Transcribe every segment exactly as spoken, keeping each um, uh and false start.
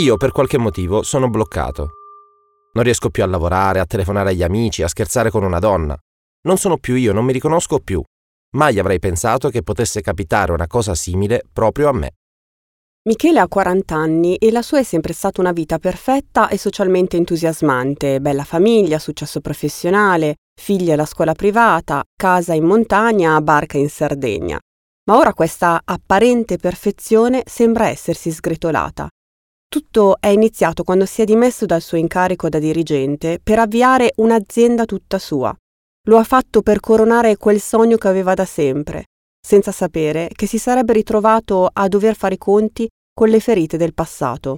Io, per qualche motivo, sono bloccato. Non riesco più a lavorare, a telefonare agli amici, a scherzare con una donna. Non sono più io, non mi riconosco più. Mai avrei pensato che potesse capitare una cosa simile proprio a me. Michele ha quaranta anni e la sua è sempre stata una vita perfetta e socialmente entusiasmante, bella famiglia, successo professionale, figli alla scuola privata, casa in montagna, barca in Sardegna. Ma ora questa apparente perfezione sembra essersi sgretolata. Tutto è iniziato quando si è dimesso dal suo incarico da dirigente per avviare un'azienda tutta sua. Lo ha fatto per coronare quel sogno che aveva da sempre, senza sapere che si sarebbe ritrovato a dover fare i conti con le ferite del passato.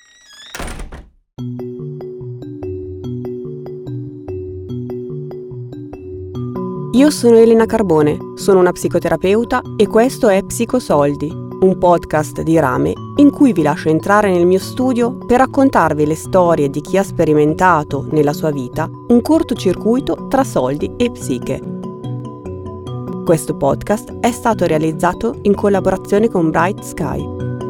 Io sono Elena Carbone, sono una psicoterapeuta e questo è Psicosoldi, un podcast di Rame in cui vi lascio entrare nel mio studio per raccontarvi le storie di chi ha sperimentato nella sua vita un cortocircuito tra soldi e psiche. Questo podcast è stato realizzato in collaborazione con Bright Sky.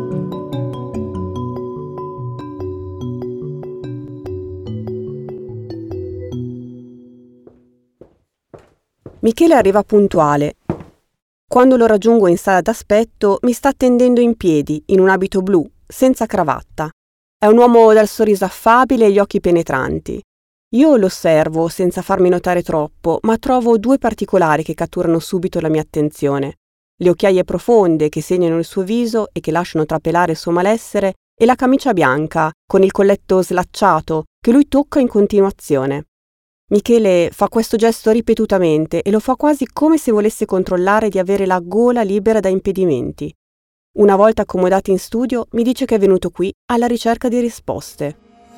Michele arriva puntuale. Quando lo raggiungo in sala d'aspetto mi sta attendendo in piedi, in un abito blu, senza cravatta. È un uomo dal sorriso affabile e gli occhi penetranti. Io lo osservo senza farmi notare troppo, ma trovo due particolari che catturano subito la mia attenzione. Le occhiaie profonde che segnano il suo viso e che lasciano trapelare il suo malessere e la camicia bianca con il colletto slacciato che lui tocca in continuazione. Michele fa questo gesto ripetutamente e lo fa quasi come se volesse controllare di avere la gola libera da impedimenti. Una volta accomodati in studio mi dice che è venuto qui alla ricerca di risposte.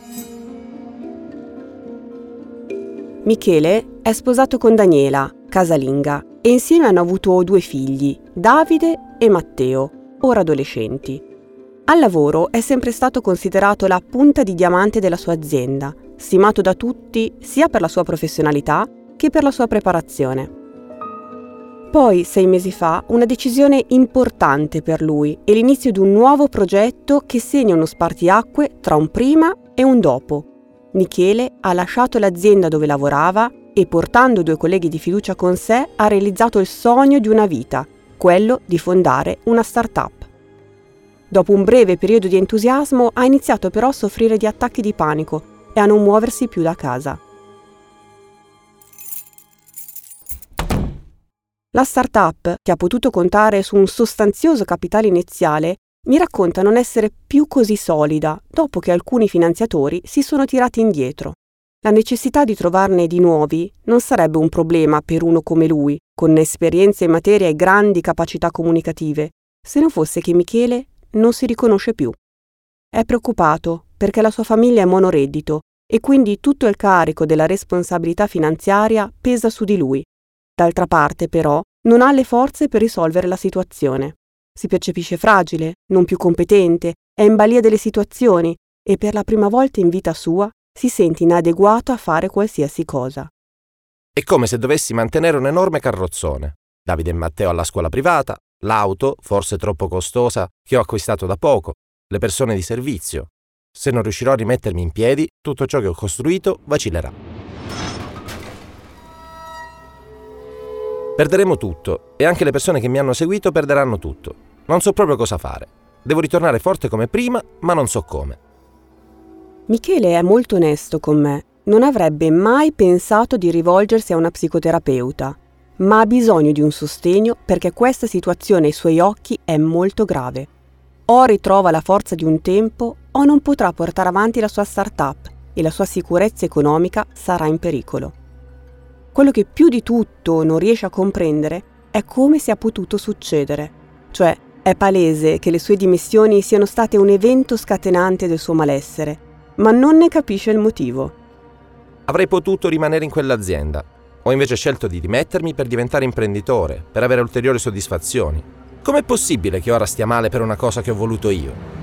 Michele è sposato con Daniela, casalinga, e insieme hanno avuto due figli, Davide e Matteo, ora adolescenti. Al lavoro è sempre stato considerato la punta di diamante della sua azienda, stimato da tutti sia per la sua professionalità che per la sua preparazione. Poi, sei mesi fa, una decisione importante per lui e l'inizio di un nuovo progetto che segna uno spartiacque tra un prima e un dopo. Michele ha lasciato l'azienda dove lavorava e, portando due colleghi di fiducia con sé, ha realizzato il sogno di una vita, quello di fondare una start-up. Dopo un breve periodo di entusiasmo, ha iniziato però a soffrire di attacchi di panico e a non muoversi più da casa. La start-up, che ha potuto contare su un sostanzioso capitale iniziale, mi racconta non essere più così solida dopo che alcuni finanziatori si sono tirati indietro. La necessità di trovarne di nuovi non sarebbe un problema per uno come lui, con esperienze in materia e grandi capacità comunicative, se non fosse che Michele non si riconosce più. È preoccupato perché la sua famiglia è monoreddito e quindi tutto il carico della responsabilità finanziaria pesa su di lui. D'altra parte, però, non ha le forze per risolvere la situazione. Si percepisce fragile, non più competente, è in balia delle situazioni e per la prima volta in vita sua si sente inadeguato a fare qualsiasi cosa. È come se dovessi mantenere un enorme carrozzone. Davide e Matteo alla scuola privata, l'auto, forse troppo costosa, che ho acquistato da poco, le persone di servizio. Se non riuscirò a rimettermi in piedi, tutto ciò che ho costruito vacillerà. Perderemo tutto e anche le persone che mi hanno seguito perderanno tutto. Non so proprio cosa fare. Devo ritornare forte come prima, ma non so come. Michele è molto onesto con me. Non avrebbe mai pensato di rivolgersi a una psicoterapeuta, ma ha bisogno di un sostegno perché questa situazione ai suoi occhi è molto grave. O ritrova la forza di un tempo o non potrà portare avanti la sua start-up e la sua sicurezza economica sarà in pericolo. Quello che più di tutto non riesce a comprendere è come sia potuto succedere. Cioè, è palese che le sue dimissioni siano state un evento scatenante del suo malessere, ma non ne capisce il motivo. Avrei potuto rimanere in quell'azienda. Ho invece scelto di dimettermi per diventare imprenditore, per avere ulteriori soddisfazioni. Com'è possibile che ora stia male per una cosa che ho voluto io?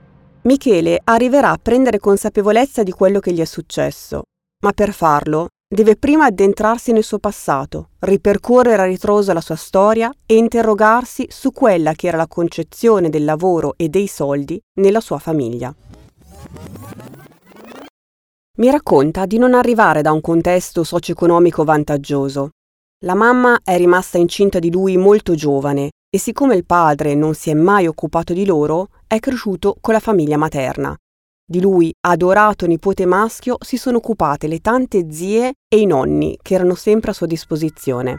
Michele arriverà a prendere consapevolezza di quello che gli è successo, ma per farlo deve prima addentrarsi nel suo passato, ripercorrere a ritroso la sua storia e interrogarsi su quella che era la concezione del lavoro e dei soldi nella sua famiglia. Mi racconta di non arrivare da un contesto socio-economico vantaggioso. La mamma è rimasta incinta di lui molto giovane e siccome il padre non si è mai occupato di loro, è cresciuto con la famiglia materna. Di lui, adorato nipote maschio, si sono occupate le tante zie e i nonni che erano sempre a sua disposizione.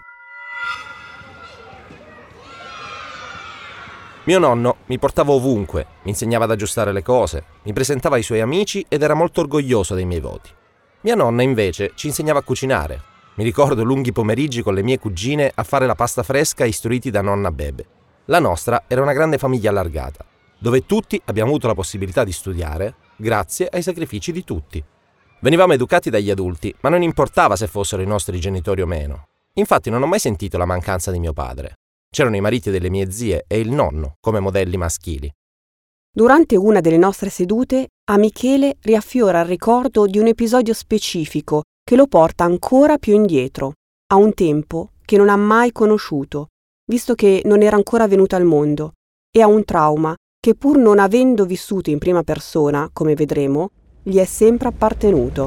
Mio nonno mi portava ovunque, mi insegnava ad aggiustare le cose, mi presentava ai suoi amici ed era molto orgoglioso dei miei voti. Mia nonna invece ci insegnava a cucinare. Mi ricordo lunghi pomeriggi con le mie cugine a fare la pasta fresca istruiti da nonna Bebe. La nostra era una grande famiglia allargata, dove tutti abbiamo avuto la possibilità di studiare grazie ai sacrifici di tutti. Venivamo educati dagli adulti, ma non importava se fossero i nostri genitori o meno. Infatti non ho mai sentito la mancanza di mio padre. C'erano i mariti delle mie zie e il nonno come modelli maschili. Durante una delle nostre sedute, a Michele riaffiora il ricordo di un episodio specifico che lo porta ancora più indietro, a un tempo che non ha mai conosciuto, visto che non era ancora venuto al mondo, e a un trauma che pur non avendo vissuto in prima persona, come vedremo, gli è sempre appartenuto.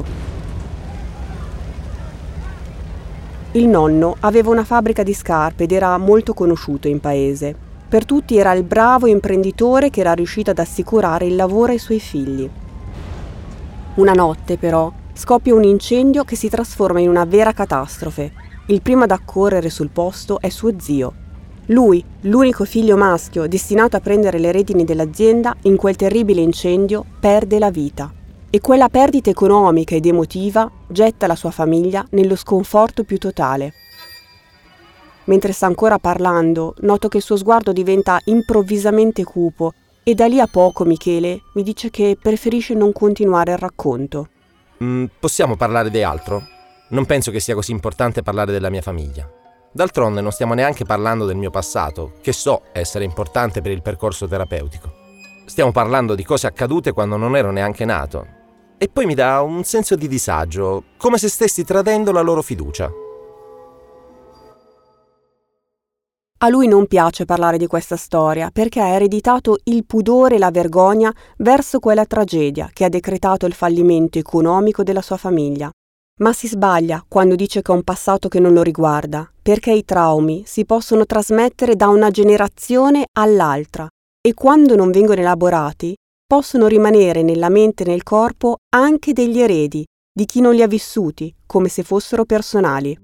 Il nonno aveva una fabbrica di scarpe ed era molto conosciuto in paese. Per tutti era il bravo imprenditore che era riuscito ad assicurare il lavoro ai suoi figli. Una notte, però, scoppia un incendio che si trasforma in una vera catastrofe. Il primo ad accorrere sul posto è suo zio. Lui, l'unico figlio maschio destinato a prendere le redini dell'azienda, in quel terribile incendio perde la vita. E quella perdita economica ed emotiva getta la sua famiglia nello sconforto più totale. Mentre sta ancora parlando, noto che il suo sguardo diventa improvvisamente cupo e da lì a poco Michele mi dice che preferisce non continuare il racconto. Mm, possiamo parlare di altro? Non penso che sia così importante parlare della mia famiglia. D'altronde non stiamo neanche parlando del mio passato, che so essere importante per il percorso terapeutico. Stiamo parlando di cose accadute quando non ero neanche nato. E poi mi dà un senso di disagio, come se stessi tradendo la loro fiducia. A lui non piace parlare di questa storia perché ha ereditato il pudore e la vergogna verso quella tragedia che ha decretato il fallimento economico della sua famiglia. Ma si sbaglia quando dice che ha un passato che non lo riguarda, perché i traumi si possono trasmettere da una generazione all'altra e quando non vengono elaborati possono rimanere nella mente e nel corpo anche degli eredi di chi non li ha vissuti, come se fossero personali.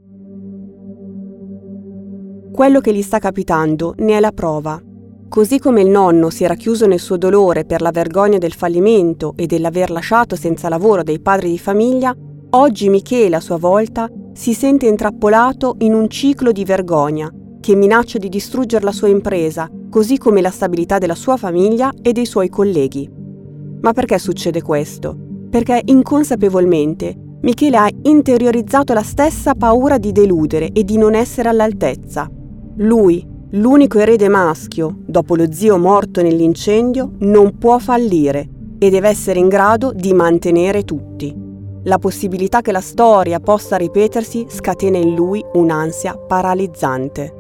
Quello che gli sta capitando ne è la prova. Così come il nonno si era chiuso nel suo dolore per la vergogna del fallimento e dell'aver lasciato senza lavoro dei padri di famiglia, oggi Michele a sua volta si sente intrappolato in un ciclo di vergogna che minaccia di distruggere la sua impresa, così come la stabilità della sua famiglia e dei suoi colleghi. Ma perché succede questo? Perché inconsapevolmente Michele ha interiorizzato la stessa paura di deludere e di non essere all'altezza. Lui, l'unico erede maschio, dopo lo zio morto nell'incendio, non può fallire e deve essere in grado di mantenere tutti. La possibilità che la storia possa ripetersi scatena in lui un'ansia paralizzante.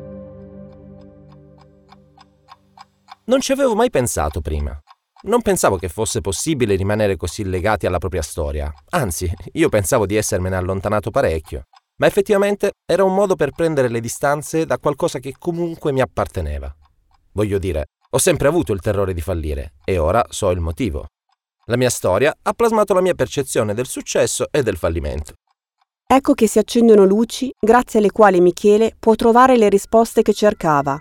Non ci avevo mai pensato prima. Non pensavo che fosse possibile rimanere così legati alla propria storia. Anzi, io pensavo di essermene allontanato parecchio. Ma effettivamente era un modo per prendere le distanze da qualcosa che comunque mi apparteneva. Voglio dire, ho sempre avuto il terrore di fallire e ora so il motivo. La mia storia ha plasmato la mia percezione del successo e del fallimento. Ecco che si accendono luci grazie alle quali Michele può trovare le risposte che cercava.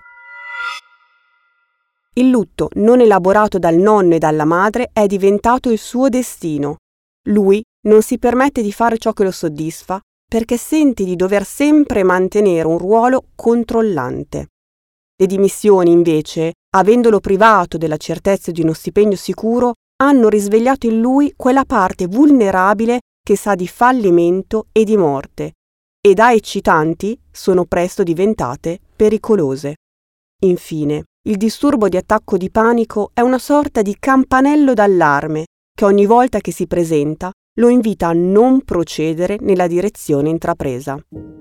Il lutto non elaborato dal nonno e dalla madre è diventato il suo destino. Lui non si permette di fare ciò che lo soddisfa perché sente di dover sempre mantenere un ruolo controllante. Le dimissioni, invece, avendolo privato della certezza di uno stipendio sicuro, hanno risvegliato in lui quella parte vulnerabile che sa di fallimento e di morte, e da eccitanti sono presto diventate pericolose. Infine, il disturbo di attacco di panico è una sorta di campanello d'allarme che ogni volta che si presenta lo invita a non procedere nella direzione intrapresa.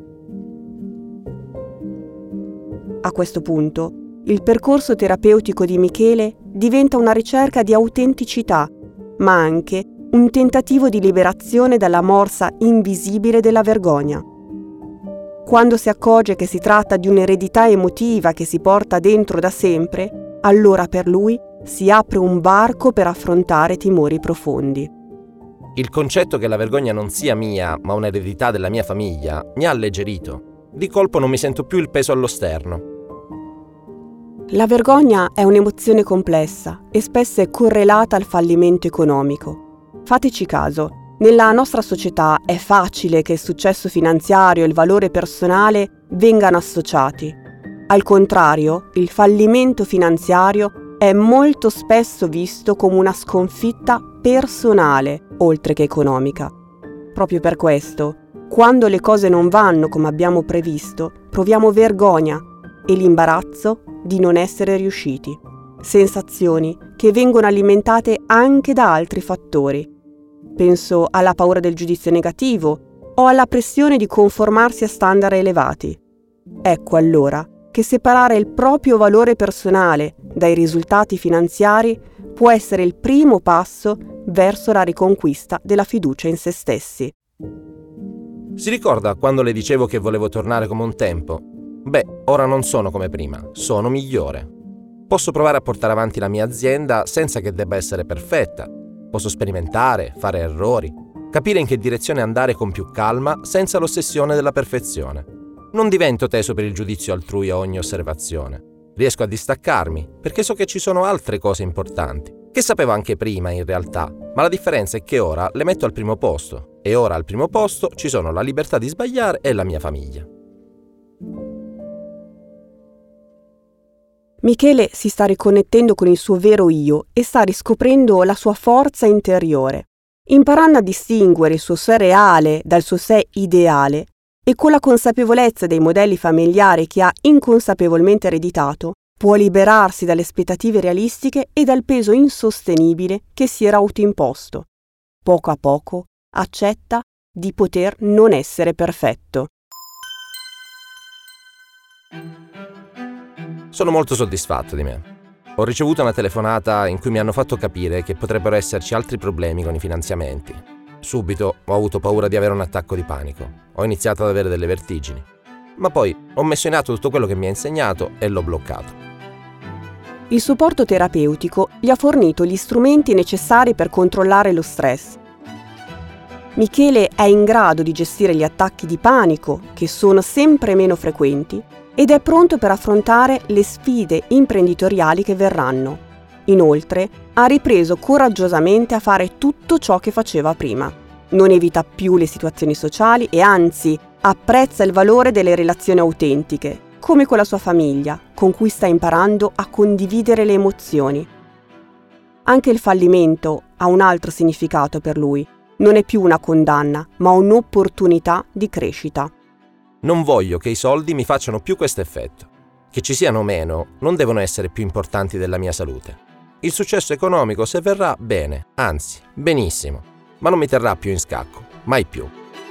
A questo punto, il percorso terapeutico di Michele diventa una ricerca di autenticità, ma anche un tentativo di liberazione dalla morsa invisibile della vergogna. Quando si accorge che si tratta di un'eredità emotiva che si porta dentro da sempre, allora per lui si apre un varco per affrontare timori profondi. Il concetto che la vergogna non sia mia, ma un'eredità della mia famiglia, mi ha alleggerito. Di colpo non mi sento più il peso allo sterno. La vergogna è un'emozione complessa e spesso è correlata al fallimento economico. Fateci caso, nella nostra società è facile che il successo finanziario e il valore personale vengano associati. Al contrario, il fallimento finanziario è molto spesso visto come una sconfitta personale, oltre che economica. Proprio per questo, quando le cose non vanno come abbiamo previsto, proviamo vergogna e l'imbarazzo di non essere riusciti. Sensazioni che vengono alimentate anche da altri fattori. Penso alla paura del giudizio negativo o alla pressione di conformarsi a standard elevati. Ecco allora che separare il proprio valore personale dai risultati finanziari può essere il primo passo verso la riconquista della fiducia in se stessi. Si ricorda quando le dicevo che volevo tornare come un tempo? Beh, ora non sono come prima, sono migliore. Posso provare a portare avanti la mia azienda senza che debba essere perfetta. Posso sperimentare, fare errori, capire in che direzione andare con più calma senza l'ossessione della perfezione. Non divento teso per il giudizio altrui a ogni osservazione. Riesco a distaccarmi perché so che ci sono altre cose importanti, che sapevo anche prima in realtà, ma la differenza è che ora le metto al primo posto e ora al primo posto ci sono la libertà di sbagliare e la mia famiglia. Michele si sta riconnettendo con il suo vero io e sta riscoprendo la sua forza interiore, imparando a distinguere il suo sé reale dal suo sé ideale e con la consapevolezza dei modelli familiari che ha inconsapevolmente ereditato, può liberarsi dalle aspettative realistiche e dal peso insostenibile che si era autoimposto. Poco a poco accetta di poter non essere perfetto. Sono molto soddisfatto di me. Ho ricevuto una telefonata in cui mi hanno fatto capire che potrebbero esserci altri problemi con i finanziamenti. Subito ho avuto paura di avere un attacco di panico. Ho iniziato ad avere delle vertigini. Ma poi ho messo in atto tutto quello che mi ha insegnato e l'ho bloccato. Il supporto terapeutico gli ha fornito gli strumenti necessari per controllare lo stress. Michele è in grado di gestire gli attacchi di panico, che sono sempre meno frequenti, ed è pronto per affrontare le sfide imprenditoriali che verranno. Inoltre, ha ripreso coraggiosamente a fare tutto ciò che faceva prima. Non evita più le situazioni sociali e anzi apprezza il valore delle relazioni autentiche, come con la sua famiglia, con cui sta imparando a condividere le emozioni. Anche il fallimento ha un altro significato per lui. Non è più una condanna, ma un'opportunità di crescita. Non voglio che i soldi mi facciano più questo effetto. Che ci siano o meno, non devono essere più importanti della mia salute. Il successo economico, se verrà, bene, anzi, benissimo, ma non mi terrà più in scacco, mai più.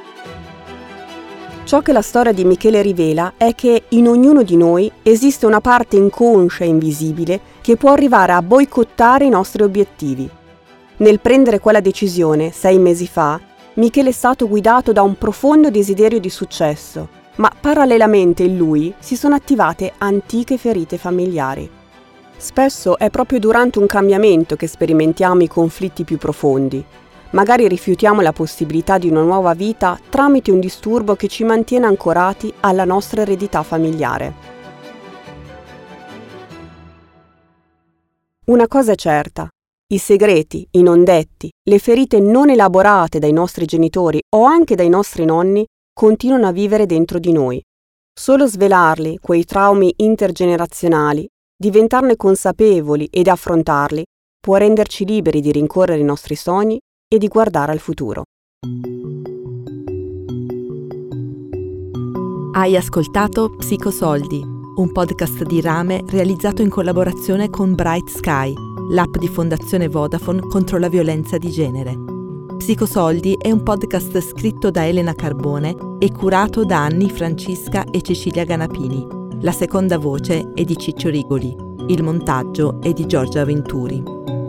Ciò che la storia di Michele rivela è che in ognuno di noi esiste una parte inconscia e invisibile che può arrivare a boicottare i nostri obiettivi. Nel prendere quella decisione, sei mesi fa, Michele è stato guidato da un profondo desiderio di successo, ma parallelamente in lui si sono attivate antiche ferite familiari. Spesso è proprio durante un cambiamento che sperimentiamo i conflitti più profondi. Magari rifiutiamo la possibilità di una nuova vita tramite un disturbo che ci mantiene ancorati alla nostra eredità familiare. Una cosa è certa. I segreti, i non detti, le ferite non elaborate dai nostri genitori o anche dai nostri nonni continuano a vivere dentro di noi. Solo svelarli, quei traumi intergenerazionali, diventarne consapevoli ed affrontarli, può renderci liberi di rincorrere i nostri sogni e di guardare al futuro. Hai ascoltato Psicosoldi, un podcast di Rame realizzato in collaborazione con Bright Sky, l'app di Fondazione Vodafone contro la violenza di genere. Psicosoldi è un podcast scritto da Elena Carbone e curato da Anni Francisca e Cecilia Ganapini. La seconda voce è di Ciccio Rigoli. Il montaggio è di Giorgia Venturi.